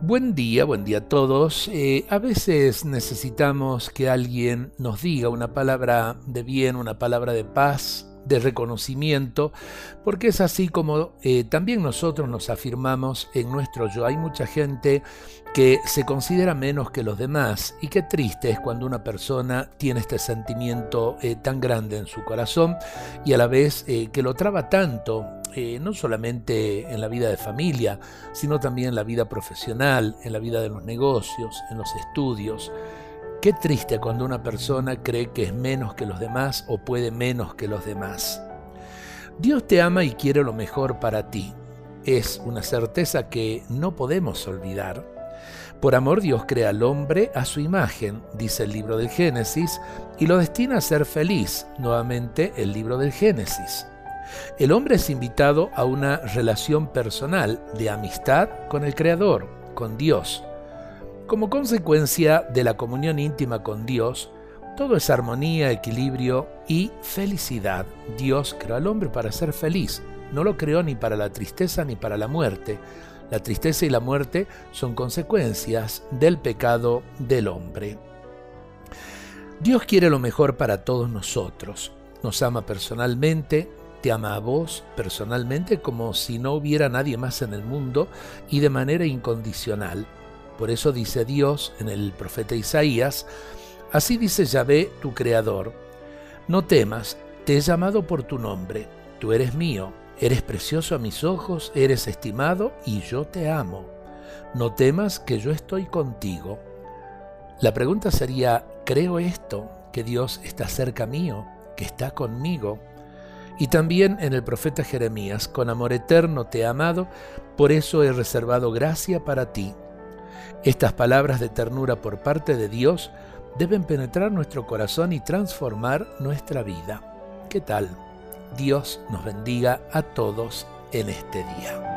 Buen día a todos. A veces necesitamos que alguien nos diga una palabra de bien, una palabra de paz, de reconocimiento, porque es así como también nosotros nos afirmamos en nuestro yo. Hay mucha gente que se considera menos que los demás, y qué triste es cuando una persona tiene este sentimiento tan grande en su corazón y a la vez que lo traba tanto. No solamente en la vida de familia, sino también en la vida profesional, en la vida de los negocios, en los estudios. Qué triste cuando una persona cree que es menos que los demás o puede menos que los demás. Dios te ama y quiere lo mejor para ti. Es una certeza que no podemos olvidar. Por amor Dios crea al hombre a su imagen, dice el libro del Génesis, y lo destina a ser feliz, nuevamente el libro del Génesis. El hombre es invitado a una relación personal de amistad con el Creador, con Dios. Como consecuencia de la comunión íntima con Dios, todo es armonía, equilibrio y felicidad. Dios creó al hombre para ser feliz. No lo creó ni para la tristeza ni para la muerte. La tristeza y la muerte son consecuencias del pecado del hombre. Dios quiere lo mejor para todos nosotros. Nos ama personalmente, te ama a vos personalmente como si no hubiera nadie más en el mundo y de manera incondicional. Por eso dice Dios en el profeta Isaías: así dice Yahvé, tu Creador, no temas, te he llamado por tu nombre, tú eres mío, eres precioso a mis ojos, eres estimado y yo te amo. No temas que yo estoy contigo. La pregunta sería: ¿creo esto? ¿Que Dios está cerca mío? ¿Que está conmigo? Y también en el profeta Jeremías: con amor eterno te he amado, por eso he reservado gracia para ti. Estas palabras de ternura por parte de Dios deben penetrar nuestro corazón y transformar nuestra vida. ¿Qué tal? Dios nos bendiga a todos en este día.